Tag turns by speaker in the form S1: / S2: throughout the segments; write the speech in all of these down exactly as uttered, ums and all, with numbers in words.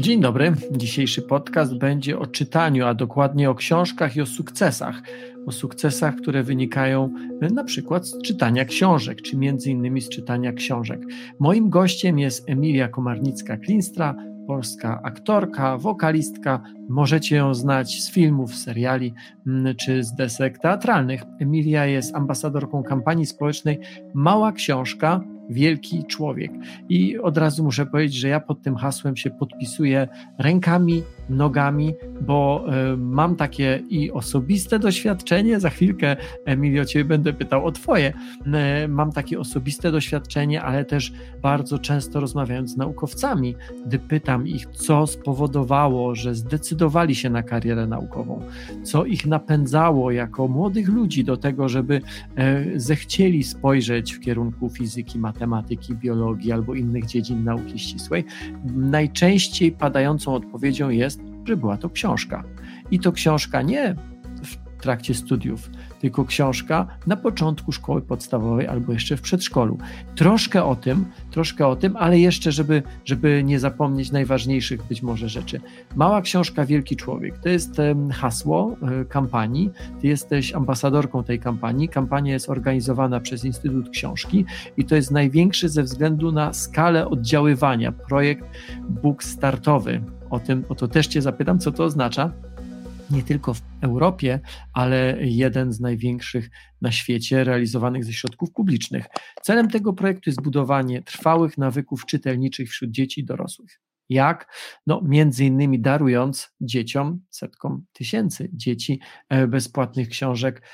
S1: Dzień dobry. Dzisiejszy podcast będzie o czytaniu, a dokładnie o książkach i o sukcesach. O sukcesach, które wynikają na przykład z czytania książek, czy między innymi z czytania książek. Moim gościem jest Emilia Komarnicka-Klinstra, polska aktorka, wokalistka. Możecie ją znać z filmów, seriali czy z desek teatralnych. Emilia jest ambasadorką kampanii społecznej Mała Książka, Wielki Człowiek. I od razu muszę powiedzieć, że ja pod tym hasłem się podpisuję rękami, nogami, bo y, mam takie i osobiste doświadczenie, za chwilkę, Emilio, Ciebie będę pytał o Twoje, y, mam takie osobiste doświadczenie, ale też bardzo często rozmawiając z naukowcami, gdy pytam ich, co spowodowało, że zdecydowali się na karierę naukową, co ich napędzało jako młodych ludzi do tego, żeby y, zechcieli spojrzeć w kierunku fizyki, matematyki, biologii albo innych dziedzin nauki ścisłej, najczęściej padającą odpowiedzią jest, że była to książka. I to książka nie w trakcie studiów, tylko książka na początku szkoły podstawowej albo jeszcze w przedszkolu. Troszkę o tym, troszkę o tym, ale jeszcze, żeby, żeby nie zapomnieć najważniejszych być może rzeczy. Mała Książka, Wielki Człowiek. To jest hasło kampanii. Ty jesteś ambasadorką tej kampanii. Kampania jest organizowana przez Instytut Książki i to jest największy ze względu na skalę oddziaływania projekt Bóg startowy. O tym, o to też Cię zapytam, co to oznacza. Nie tylko w Europie, ale jeden z największych na świecie realizowanych ze środków publicznych. Celem tego projektu jest budowanie trwałych nawyków czytelniczych wśród dzieci i dorosłych. Jak? No między innymi darując dzieciom, setkom tysięcy dzieci bezpłatnych książek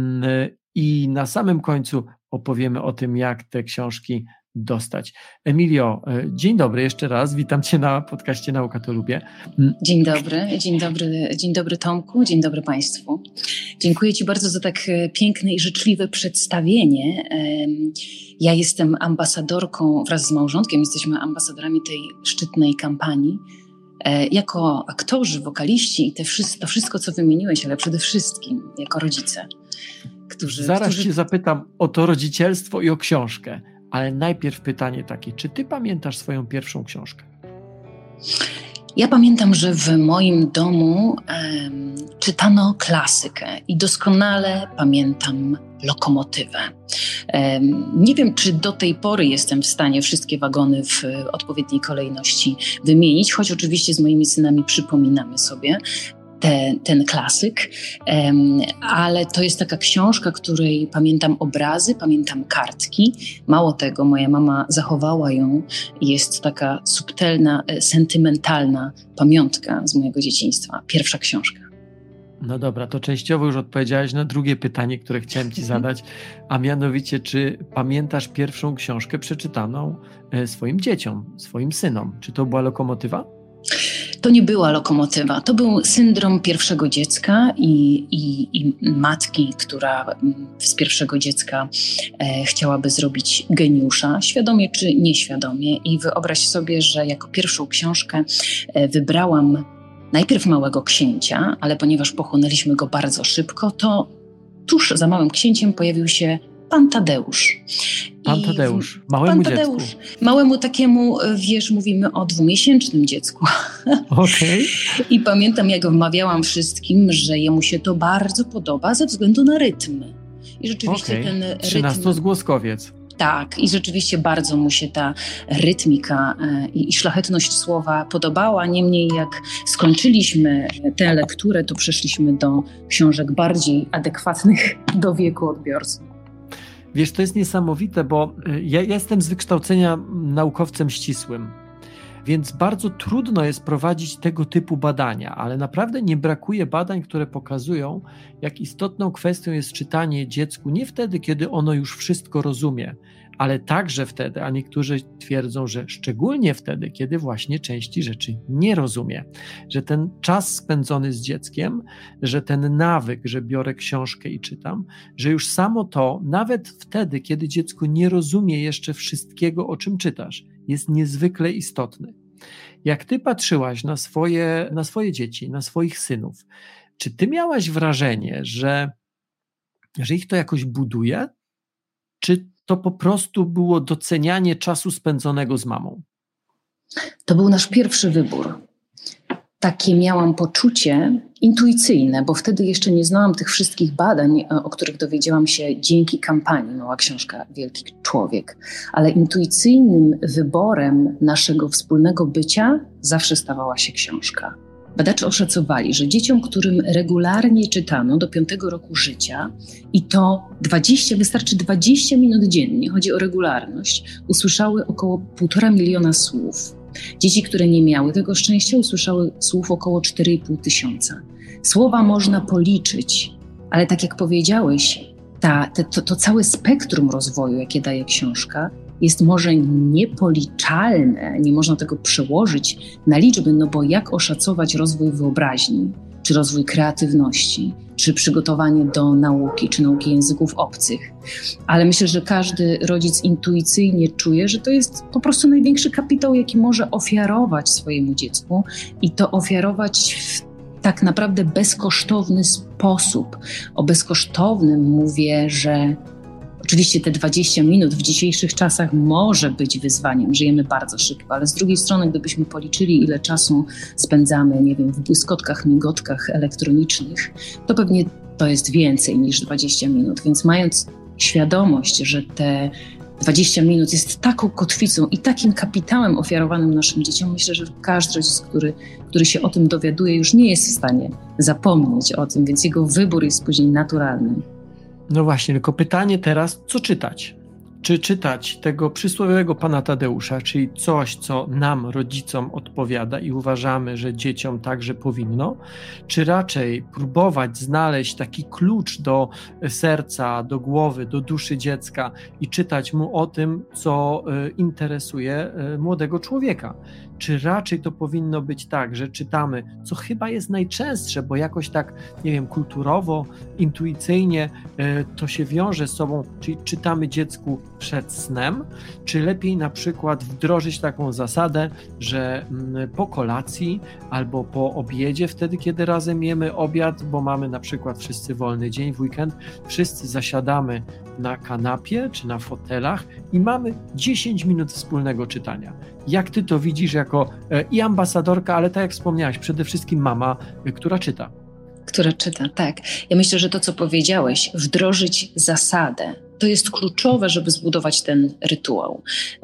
S1: i na samym końcu opowiemy o tym, jak te książki dostać. Emilio, dzień dobry jeszcze raz, witam Cię na podcaście Nauka to Lubię.
S2: Dzień dobry, dzień dobry, dzień dobry Tomku, dzień dobry Państwu. Dziękuję Ci bardzo za tak piękne i życzliwe przedstawienie. Ja jestem ambasadorką, wraz z małżonkiem jesteśmy ambasadorami tej szczytnej kampanii. Jako aktorzy, wokaliści i te wszystko, to wszystko, co wymieniłeś, ale przede wszystkim jako rodzice, którzy...
S1: Zaraz
S2: którzy...
S1: Cię zapytam o to rodzicielstwo i o książkę. Ale najpierw pytanie takie, czy ty pamiętasz swoją pierwszą książkę?
S2: Ja pamiętam, że w moim domu um, czytano klasykę i doskonale pamiętam Lokomotywę. Um, nie wiem, czy do tej pory jestem w stanie wszystkie wagony w odpowiedniej kolejności wymienić, choć oczywiście z moimi synami przypominamy sobie Te, ten klasyk, um, ale to jest taka książka, której pamiętam obrazy, pamiętam kartki. Mało tego, moja mama zachowała ją. Jest taka subtelna, sentymentalna pamiątka z mojego dzieciństwa. Pierwsza książka.
S1: No dobra, to częściowo już odpowiedziałeś na drugie pytanie, które chciałem Ci zadać, a mianowicie, czy pamiętasz pierwszą książkę przeczytaną swoim dzieciom, swoim synom? Czy to była Lokomotywa?
S2: To nie była Lokomotywa, to był syndrom pierwszego dziecka i, i, i matki, która z pierwszego dziecka e, chciałaby zrobić geniusza, świadomie czy nieświadomie. I wyobraź sobie, że jako pierwszą książkę e, wybrałam najpierw Małego Księcia, ale ponieważ pochłonęliśmy go bardzo szybko, to tuż za Małym Księciem pojawił się Pan Tadeusz.
S1: Pan Tadeusz, małemu
S2: Pan Tadeusz,
S1: dziecku.
S2: Małemu takiemu, wiesz, mówimy o dwumiesięcznym dziecku.
S1: Okej.
S2: Okay. I pamiętam, jak wmawiałam wszystkim, że jemu się to bardzo podoba ze względu na rytm. I rzeczywiście okay. ten rytm...
S1: trzynastozgłoskowiec.
S2: Tak, i rzeczywiście bardzo mu się ta rytmika i, i szlachetność słowa podobała. Niemniej jak skończyliśmy tę lekturę, to przeszliśmy do książek bardziej adekwatnych do wieku odbiorcy.
S1: Wiesz, to jest niesamowite, bo ja jestem z wykształcenia naukowcem ścisłym, więc bardzo trudno jest prowadzić tego typu badania, ale naprawdę nie brakuje badań, które pokazują, jak istotną kwestią jest czytanie dziecku nie wtedy, kiedy ono już wszystko rozumie, ale także wtedy, a niektórzy twierdzą, że szczególnie wtedy, kiedy właśnie części rzeczy nie rozumie, że ten czas spędzony z dzieckiem, że ten nawyk, że biorę książkę i czytam, że już samo to, nawet wtedy, kiedy dziecko nie rozumie jeszcze wszystkiego, o czym czytasz, jest niezwykle istotny. Jak ty patrzyłaś na swoje, na swoje dzieci, na swoich synów, czy ty miałaś wrażenie, że, że ich to jakoś buduje, czy to po prostu było docenianie czasu spędzonego z mamą?
S2: To był nasz pierwszy wybór. takie miałam poczucie intuicyjne, bo wtedy jeszcze nie znałam tych wszystkich badań, o których dowiedziałam się dzięki kampanii Mała książka Wielki Człowiek. Ale intuicyjnym wyborem naszego wspólnego bycia zawsze stawała się książka. Badacze oszacowali, że dzieciom, którym regularnie czytano do piątego roku życia i to dwadzieścia, wystarczy dwadzieścia minut dziennie, chodzi o regularność, usłyszały około półtora miliona słów. Dzieci, które nie miały tego szczęścia, usłyszały słów około cztery i pół tysiąca. Słowa można policzyć, ale tak jak powiedziałeś, ta, te, to, to całe spektrum rozwoju, jakie daje książka, jest może niepoliczalne, nie można tego przełożyć na liczby, no bo jak oszacować rozwój wyobraźni, czy rozwój kreatywności, czy przygotowanie do nauki, czy nauki języków obcych. Ale myślę, że każdy rodzic intuicyjnie czuje, że to jest po prostu największy kapitał, jaki może ofiarować swojemu dziecku i to ofiarować w tak naprawdę bezkosztowny sposób. O bezkosztownym mówię, że oczywiście te dwadzieścia minut w dzisiejszych czasach może być wyzwaniem, żyjemy bardzo szybko, ale z drugiej strony, gdybyśmy policzyli, ile czasu spędzamy, nie wiem, w błyskotkach, migotkach elektronicznych, to pewnie to jest więcej niż dwadzieścia minut. Więc mając świadomość, że te dwadzieścia minut jest taką kotwicą i takim kapitałem ofiarowanym naszym dzieciom, myślę, że każdy rodzic, który, który się o tym dowiaduje, już nie jest w stanie zapomnieć o tym, więc jego wybór jest później naturalny.
S1: No właśnie, tylko pytanie teraz, co czytać? Czy czytać tego przysłowiowego pana Tadeusza, czyli coś, co nam, rodzicom, odpowiada i uważamy, że dzieciom także powinno, czy raczej próbować znaleźć taki klucz do serca, do głowy, do duszy dziecka i czytać mu o tym, co interesuje młodego człowieka? Czy raczej to powinno być tak, że czytamy, co chyba jest najczęstsze, bo jakoś tak, nie wiem, kulturowo, intuicyjnie to się wiąże z sobą, czyli czytamy dziecku przed snem, czy lepiej na przykład wdrożyć taką zasadę, że po kolacji albo po obiedzie, wtedy kiedy razem jemy obiad, bo mamy na przykład wszyscy wolny dzień w weekend, wszyscy zasiadamy na kanapie czy na fotelach i mamy dziesięć minut wspólnego czytania. Jak ty to widzisz jako i ambasadorka, ale tak jak wspomniałaś, przede wszystkim mama, która czyta.
S2: Która czyta, tak. Ja myślę, że to, co powiedziałeś, wdrożyć zasadę, to jest kluczowe, żeby zbudować ten rytuał,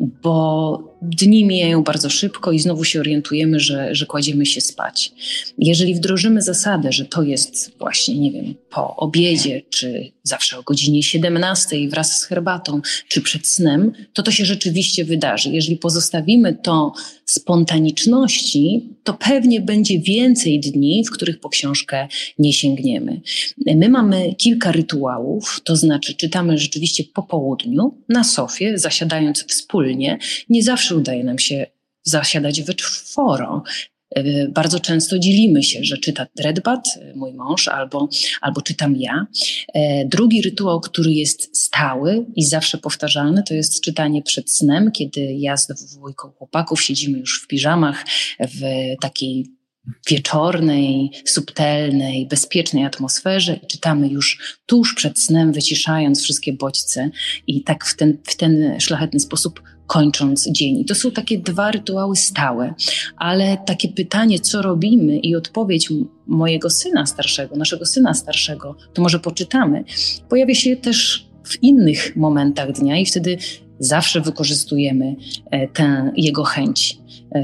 S2: bo dni mijają bardzo szybko i znowu się orientujemy, że, że kładziemy się spać. Jeżeli wdrożymy zasadę, że to jest właśnie, nie wiem, po obiedzie, czy zawsze o godzinie siedemnastej wraz z herbatą, czy przed snem, to to się rzeczywiście wydarzy. Jeżeli pozostawimy to spontaniczności, to pewnie będzie więcej dni, w których po książkę nie sięgniemy. My mamy kilka rytuałów, to znaczy czytamy rzeczywiście po południu, na sofie, zasiadając wspólnie. Nie zawsze udaje nam się zasiadać we czworo. Bardzo często dzielimy się, że czyta Redbat, mój mąż, albo, albo czytam ja. Drugi rytuał, który jest stały i zawsze powtarzalny, to jest czytanie przed snem, kiedy ja z dwójką chłopaków siedzimy już w piżamach w takiej wieczornej, subtelnej, bezpiecznej atmosferze i czytamy już tuż przed snem, wyciszając wszystkie bodźce i tak w ten, w ten szlachetny sposób kończąc dzień. I to są takie dwa rytuały stałe, ale takie pytanie, co robimy i odpowiedź mojego syna starszego, naszego syna starszego, to może poczytamy, pojawia się też w innych momentach dnia i wtedy zawsze wykorzystujemy tę jego chęć,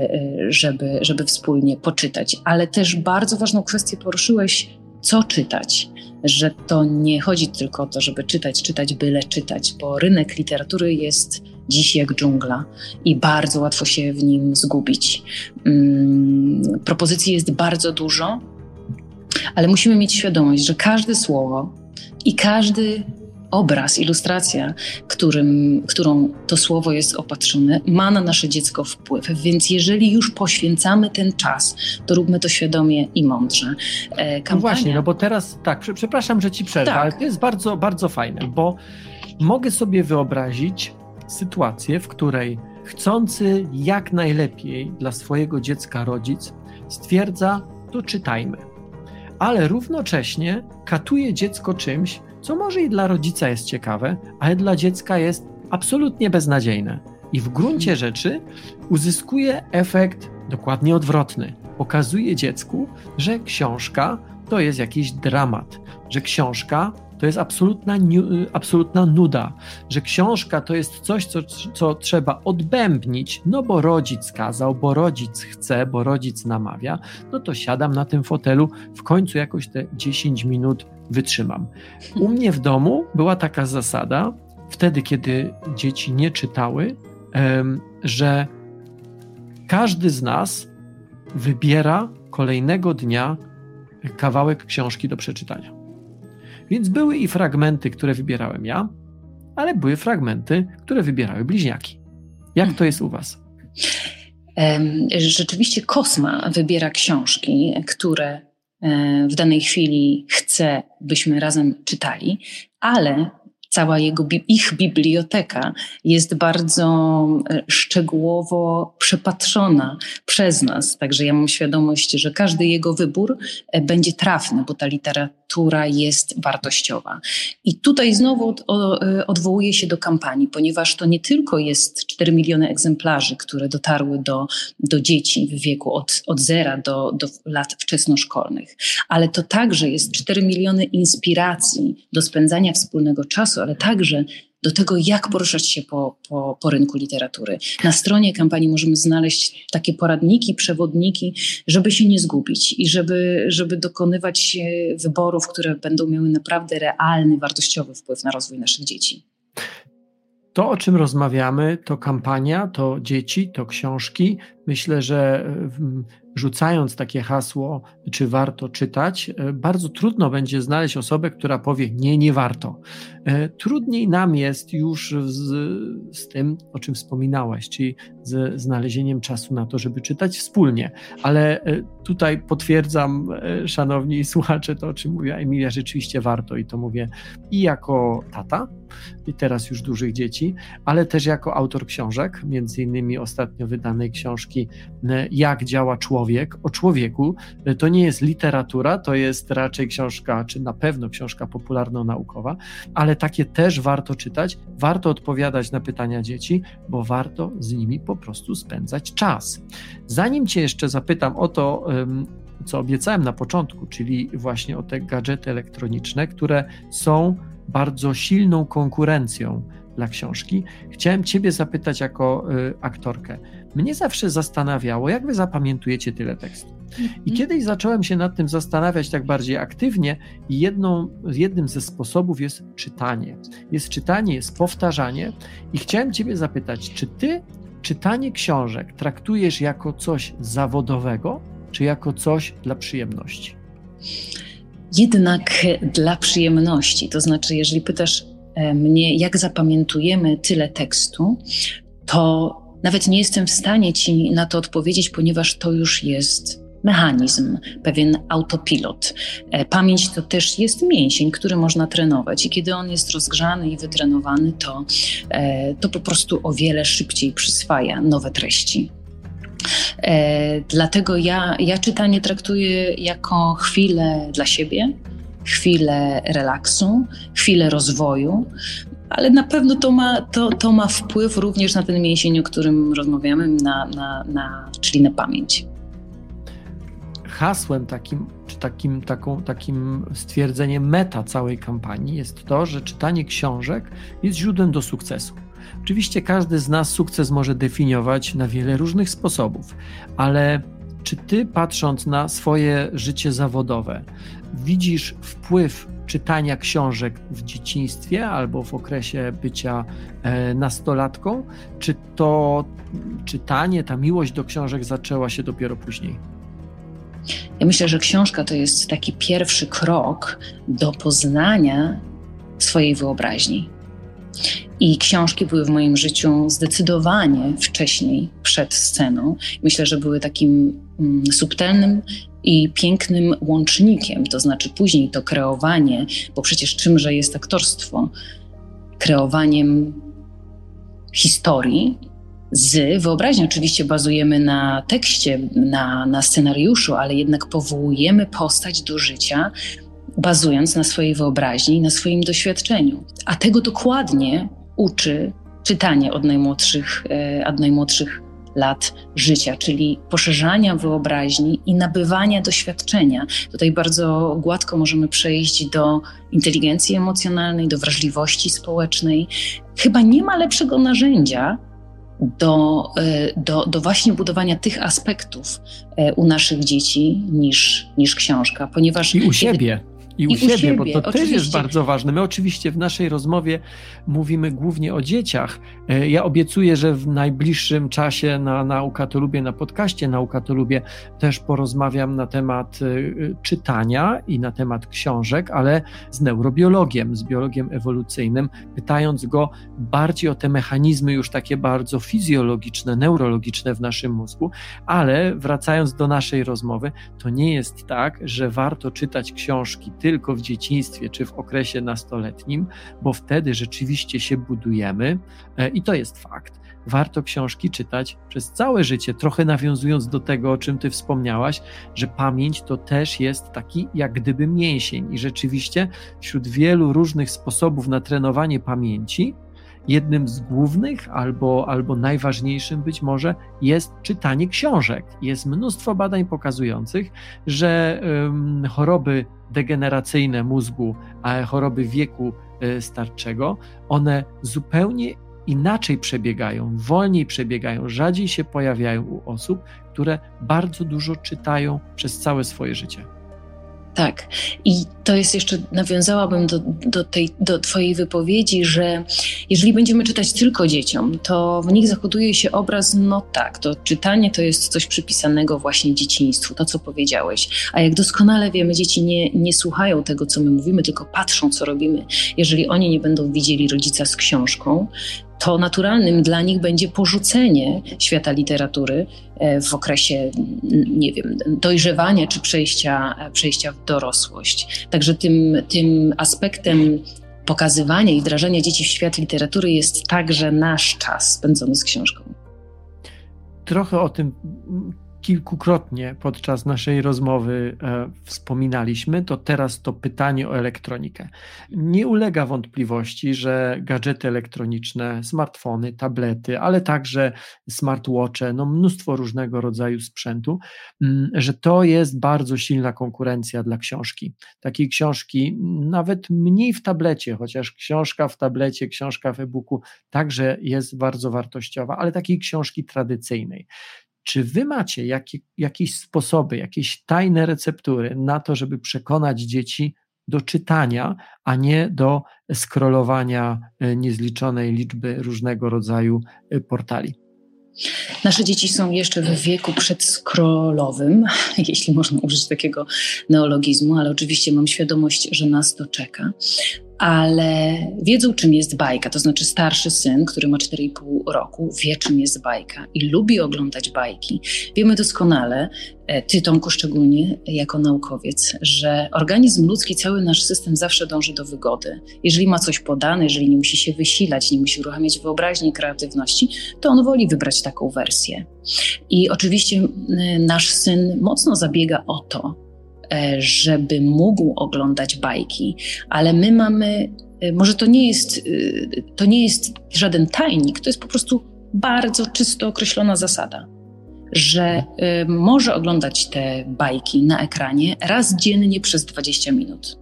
S2: żeby, żeby wspólnie poczytać. Ale też bardzo ważną kwestię poruszyłeś, co czytać. Że to nie chodzi tylko o to, żeby czytać, czytać, byle czytać, bo rynek literatury jest dziś jak dżungla i bardzo łatwo się w nim zgubić. Hmm, propozycji jest bardzo dużo, ale musimy mieć świadomość, że każde słowo i każdy obraz, ilustracja, którym, którą to słowo jest opatrzone, ma na nasze dziecko wpływ. Więc jeżeli już poświęcamy ten czas, to róbmy to świadomie i mądrze.
S1: E, kampania... No właśnie, no bo teraz tak, przepraszam, że ci przerwę, tak. Ale to jest bardzo, bardzo fajne, bo mogę sobie wyobrazić sytuację, w której chcący jak najlepiej dla swojego dziecka rodzic stwierdza, to czytajmy. Ale równocześnie katuje dziecko czymś, co może i dla rodzica jest ciekawe, ale dla dziecka jest absolutnie beznadziejne. I w gruncie rzeczy uzyskuje efekt dokładnie odwrotny. pokazuje dziecku, że książka to jest jakiś dramat, że książka to jest absolutna, absolutna nuda, że książka to jest coś, co, co trzeba odbębnić, no bo rodzic kazał, bo rodzic chce, bo rodzic namawia, no to siadam na tym fotelu, w końcu jakoś te dziesięć minut wytrzymam. U mnie w domu była taka zasada, wtedy, kiedy dzieci nie czytały, że każdy z nas wybiera kolejnego dnia kawałek książki do przeczytania. Więc były i fragmenty, które wybierałem ja, ale były fragmenty, które wybierały bliźniaki. Jak to jest u was?
S2: Rzeczywiście Kosma wybiera książki, które w danej chwili chce, byśmy razem czytali, ale cała jego, ich biblioteka jest bardzo szczegółowo przepatrzona przez nas. Także ja mam świadomość, że każdy jego wybór będzie trafny, bo ta literatura jest wartościowa. I tutaj znowu od, odwołuję się do kampanii, ponieważ to nie tylko jest cztery miliony egzemplarzy, które dotarły do, do dzieci w wieku od, od zera do, do lat wczesnoszkolnych, ale to także jest cztery miliony inspiracji do spędzania wspólnego czasu, ale także do tego, jak poruszać się po, po, po rynku literatury. Na stronie kampanii możemy znaleźć takie poradniki, przewodniki, żeby się nie zgubić i żeby, żeby dokonywać wyborów, które będą miały naprawdę realny, wartościowy wpływ na rozwój naszych dzieci.
S1: To, o czym rozmawiamy, to kampania, to dzieci, to książki. Myślę, że rzucając takie hasło, czy warto czytać, bardzo trudno będzie znaleźć osobę, która powie nie, nie warto. Trudniej nam jest już z, z tym, o czym wspominałaś, czyli z znalezieniem czasu na to, żeby czytać wspólnie. Ale tutaj potwierdzam, szanowni słuchacze, to, o czym mówiła Emilia, rzeczywiście warto i to mówię i jako tata, i teraz już dużych dzieci, ale też jako autor książek, między innymi ostatnio wydanej książki Jak działa człowiek, o człowieku. To nie jest literatura, to jest raczej książka, czy na pewno książka popularno-naukowa, ale takie też warto czytać, warto odpowiadać na pytania dzieci, bo warto z nimi po prostu spędzać czas. Zanim cię jeszcze zapytam o to, co obiecałem na początku, czyli właśnie o te gadżety elektroniczne, które są bardzo silną konkurencją dla książki, chciałem ciebie zapytać jako y, aktorkę. Mnie zawsze zastanawiało, jak wy zapamiętujecie tyle tekstu. I kiedyś zacząłem się nad tym zastanawiać tak bardziej aktywnie i jedną, jednym ze sposobów jest czytanie. Jest czytanie, jest powtarzanie i chciałem ciebie zapytać, czy ty czytanie książek traktujesz jako coś zawodowego, czy jako coś dla przyjemności?
S2: Jednak dla przyjemności. To znaczy, jeżeli pytasz mnie, jak zapamiętujemy tyle tekstu, to nawet nie jestem w stanie ci na to odpowiedzieć, ponieważ to już jest mechanizm, pewien autopilot. Pamięć to też jest mięsień, który można trenować i kiedy on jest rozgrzany i wytrenowany, to, to po prostu o wiele szybciej przyswaja nowe treści. E, dlatego ja, ja czytanie traktuję jako chwilę dla siebie, chwilę relaksu, chwilę rozwoju, ale na pewno to ma, to, to ma wpływ również na ten mięsień, o którym rozmawiamy, na, na, na, czyli na pamięć.
S1: Hasłem takim, czy takim, taką, takim stwierdzeniem meta całej kampanii jest to, że czytanie książek jest źródłem do sukcesu. Oczywiście każdy z nas sukces może definiować na wiele różnych sposobów, ale czy ty, patrząc na swoje życie zawodowe, widzisz wpływ czytania książek w dzieciństwie albo w okresie bycia e, nastolatką, czy to czytanie, ta miłość do książek zaczęła się dopiero później?
S2: Ja myślę, że książka to jest taki pierwszy krok do poznania swojej wyobraźni. I książki były w moim życiu zdecydowanie wcześniej, przed sceną. Myślę, że były takim mm, subtelnym i pięknym łącznikiem, to znaczy później to kreowanie, bo przecież czymże jest aktorstwo? Kreowaniem historii z wyobraźnią. Oczywiście bazujemy na tekście, na, na scenariuszu, ale jednak powołujemy postać do życia, bazując na swojej wyobraźni i na swoim doświadczeniu. A tego dokładnie uczy czytanie od najmłodszych, od najmłodszych lat życia, czyli poszerzania wyobraźni i nabywania doświadczenia. Tutaj bardzo gładko możemy przejść do inteligencji emocjonalnej, do wrażliwości społecznej. Chyba nie ma lepszego narzędzia do, do, do właśnie budowania tych aspektów u naszych dzieci niż, niż książka, ponieważ...
S1: I u siebie. I u, I siebie, u siebie, bo to oczywiście. Też jest bardzo ważne. My oczywiście w naszej rozmowie mówimy głównie o dzieciach. Ja obiecuję, że w najbliższym czasie na Nauka to Lubię, na podcaście Nauka to Lubię też porozmawiam na temat czytania i na temat książek, ale z neurobiologiem, z biologiem ewolucyjnym, pytając go bardziej o te mechanizmy już takie bardzo fizjologiczne, neurologiczne w naszym mózgu, ale wracając do naszej rozmowy, to nie jest tak, że warto czytać książki tylko w dzieciństwie czy w okresie nastoletnim, bo wtedy rzeczywiście się budujemy i to jest fakt. Warto książki czytać przez całe życie, trochę nawiązując do tego, o czym ty wspomniałaś, że pamięć to też jest taki jak gdyby mięsień i rzeczywiście wśród wielu różnych sposobów na trenowanie pamięci jednym z głównych albo, albo najważniejszym być może jest czytanie książek. Jest mnóstwo badań pokazujących, że um, choroby degeneracyjne mózgu, a choroby wieku y, starczego, one zupełnie inaczej przebiegają, wolniej przebiegają, rzadziej się pojawiają u osób, które bardzo dużo czytają przez całe swoje życie.
S2: Tak. I to jest jeszcze, nawiązałabym do, do, tej, do twojej wypowiedzi, że jeżeli będziemy czytać tylko dzieciom, to w nich zakoduje się obraz, no tak, to czytanie to jest coś przypisanego właśnie dzieciństwu, to co powiedziałeś. A jak doskonale wiemy, dzieci nie, nie słuchają tego, co my mówimy, tylko patrzą, co robimy. Jeżeli oni nie będą widzieli rodzica z książką, to naturalnym dla nich będzie porzucenie świata literatury w okresie, nie wiem, dojrzewania czy przejścia, przejścia w dorosłość. Także tym, tym aspektem pokazywania i wdrażania dzieci w świat literatury jest także nasz czas spędzony z książką.
S1: Trochę o tym kilkukrotnie podczas naszej rozmowy e, wspominaliśmy, to teraz to pytanie o elektronikę. Nie ulega wątpliwości, że gadżety elektroniczne, smartfony, tablety, ale także smartwatche, no mnóstwo różnego rodzaju sprzętu, m, że to jest bardzo silna konkurencja dla książki. Takiej książki nawet mniej w tablecie, chociaż książka w tablecie, książka w e-booku także jest bardzo wartościowa, ale takiej książki tradycyjnej. Czy wy macie jakie, jakieś sposoby, jakieś tajne receptury na to, żeby przekonać dzieci do czytania, a nie do scrollowania niezliczonej liczby różnego rodzaju portali?
S2: Nasze dzieci są jeszcze w wieku przedscrollowym, jeśli można użyć takiego neologizmu, ale oczywiście mam świadomość, że nas to czeka. Ale wiedzą, czym jest bajka, to znaczy starszy syn, który ma cztery i pół roku, wie, czym jest bajka i lubi oglądać bajki. Wiemy doskonale, ty, Tomku, szczególnie jako naukowiec, że organizm ludzki, cały nasz system zawsze dąży do wygody. Jeżeli ma coś podane, jeżeli nie musi się wysilać, nie musi uruchamiać wyobraźni i kreatywności, to on woli wybrać taką wersję. I oczywiście nasz syn mocno zabiega o to, żeby mógł oglądać bajki, ale my mamy, może to nie jest, to nie jest żaden tajnik, to jest po prostu bardzo czysto określona zasada, że może oglądać te bajki na ekranie raz dziennie przez dwadzieścia minut.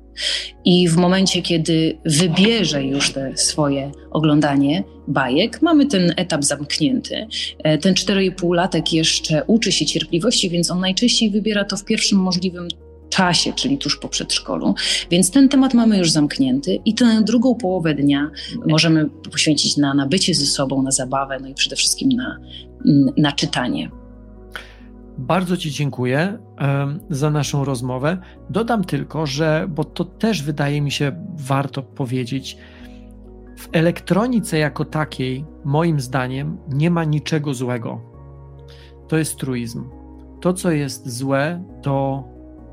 S2: I w momencie, kiedy wybierze już te swoje oglądanie bajek, mamy ten etap zamknięty. Ten czteroipółlatek jeszcze uczy się cierpliwości, więc on najczęściej wybiera to w pierwszym możliwym czasie, czyli tuż po przedszkolu. Więc ten temat mamy już zamknięty i tę drugą połowę dnia możemy poświęcić na, na bycie ze sobą, na zabawę, no i przede wszystkim na, na czytanie.
S1: Bardzo ci dziękuję um, za naszą rozmowę. Dodam tylko, że, bo to też wydaje mi się warto powiedzieć, w elektronice jako takiej, moim zdaniem, nie ma niczego złego. To jest truizm. To, co jest złe, to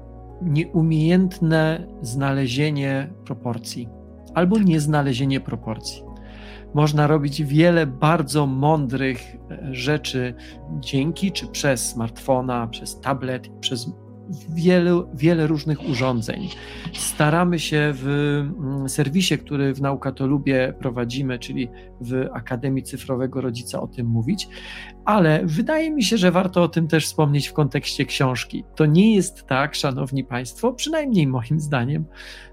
S1: nieumiejętne znalezienie proporcji albo nieznalezienie proporcji. Można robić wiele bardzo mądrych rzeczy dzięki czy przez smartfona, przez tablet, przez wiele, wiele różnych urządzeń. Staramy się w serwisie, który w Nauka to Lubię prowadzimy, czyli w Akademii Cyfrowego Rodzica, o tym mówić, ale wydaje mi się, że warto o tym też wspomnieć w kontekście książki. To nie jest tak, szanowni państwo, przynajmniej moim zdaniem,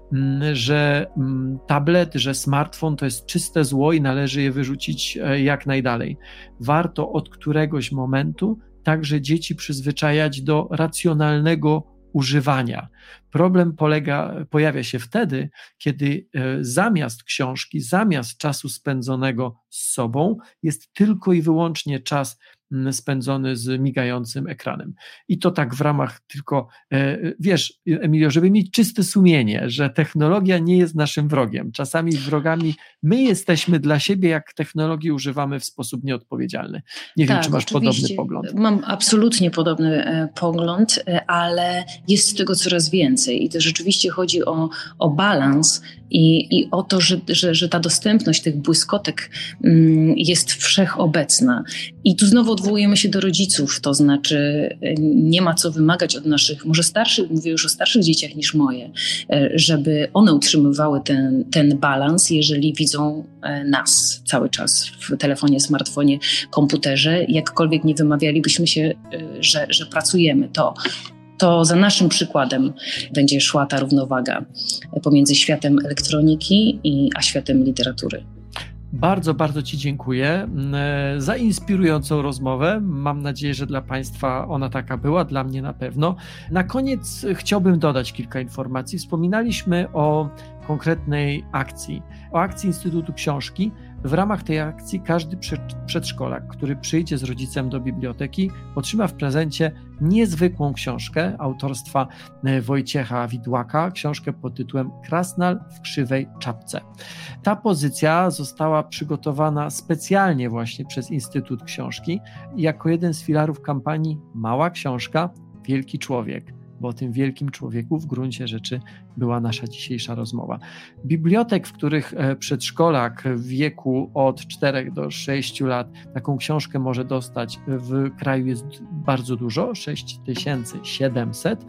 S1: że tablet, że smartfon to jest czyste zło i należy je wyrzucić jak najdalej. Warto od któregoś momentu także dzieci przyzwyczajać do racjonalnego używania. Problem polega, pojawia się wtedy, kiedy zamiast książki, zamiast czasu spędzonego z sobą jest tylko i wyłącznie czas spędzony z migającym ekranem. I to tak w ramach tylko, wiesz, Emilio, żeby mieć czyste sumienie, że technologia nie jest naszym wrogiem. Czasami wrogami my jesteśmy dla siebie, jak technologii używamy w sposób nieodpowiedzialny. Nie tak, wiem, czy masz podobny pogląd.
S2: Mam absolutnie podobny pogląd, ale jest tego coraz więcej i to rzeczywiście chodzi o, o balans i, i o to, że, że, że ta dostępność tych błyskotek mm, jest wszechobecna. I tu znowu odwołujemy się do rodziców, to znaczy nie ma co wymagać od naszych, może starszych, mówię już o starszych dzieciach niż moje, żeby one utrzymywały ten, ten balans, jeżeli widzą nas cały czas w telefonie, smartfonie, komputerze, jakkolwiek nie wymawialibyśmy się, że, że pracujemy, to to za naszym przykładem będzie szła ta równowaga pomiędzy światem elektroniki i, a światem literatury.
S1: Bardzo, bardzo Ci dziękuję za inspirującą rozmowę. Mam nadzieję, że dla Państwa ona taka była, dla mnie na pewno. Na koniec chciałbym dodać kilka informacji. Wspominaliśmy o konkretnej akcji, o akcji Instytutu Książki. W ramach tej akcji każdy przedszkolak, który przyjdzie z rodzicem do biblioteki, otrzyma w prezencie niezwykłą książkę autorstwa Wojciecha Widłaka, książkę pod tytułem Krasnal w krzywej czapce. Ta pozycja została przygotowana specjalnie właśnie przez Instytut Książki jako jeden z filarów kampanii Mała książka, wielki człowiek, bo o tym wielkim człowieku w gruncie rzeczy była nasza dzisiejsza rozmowa. Bibliotek, w których przedszkolak w wieku od czterech do sześciu lat taką książkę może dostać, w kraju jest bardzo dużo, sześć tysięcy siedemset.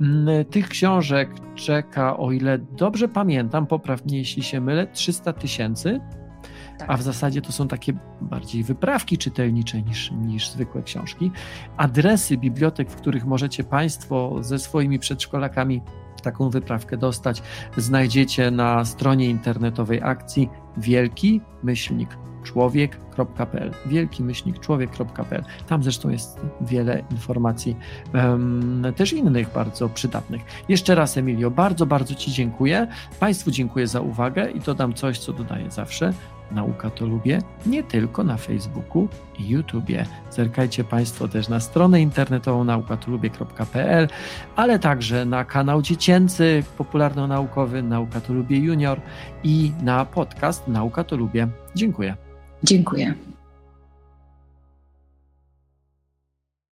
S1: Tych książek czeka, o ile dobrze pamiętam, popraw mnie jeśli się mylę, trzysta tysięcy. A w zasadzie to są takie bardziej wyprawki czytelnicze niż, niż zwykłe książki. Adresy bibliotek, w których możecie Państwo ze swoimi przedszkolakami taką wyprawkę dostać, znajdziecie na stronie internetowej akcji wielki myślnik człowiek kropka p l. wielki myślnik człowiek kropka p l. Tam zresztą jest wiele informacji, um, też innych bardzo przydatnych. Jeszcze raz, Emilio, bardzo, bardzo Ci dziękuję. Państwu dziękuję za uwagę i dodam coś, co dodaję zawsze. Nauka to lubię, nie tylko na Facebooku i YouTubie. Zerkajcie Państwo też na stronę internetową nauka to lubię kropka p l, ale także na kanał dziecięcy popularno-naukowy Nauka to lubię Junior i na podcast Nauka to lubię. Dziękuję.
S2: Dziękuję.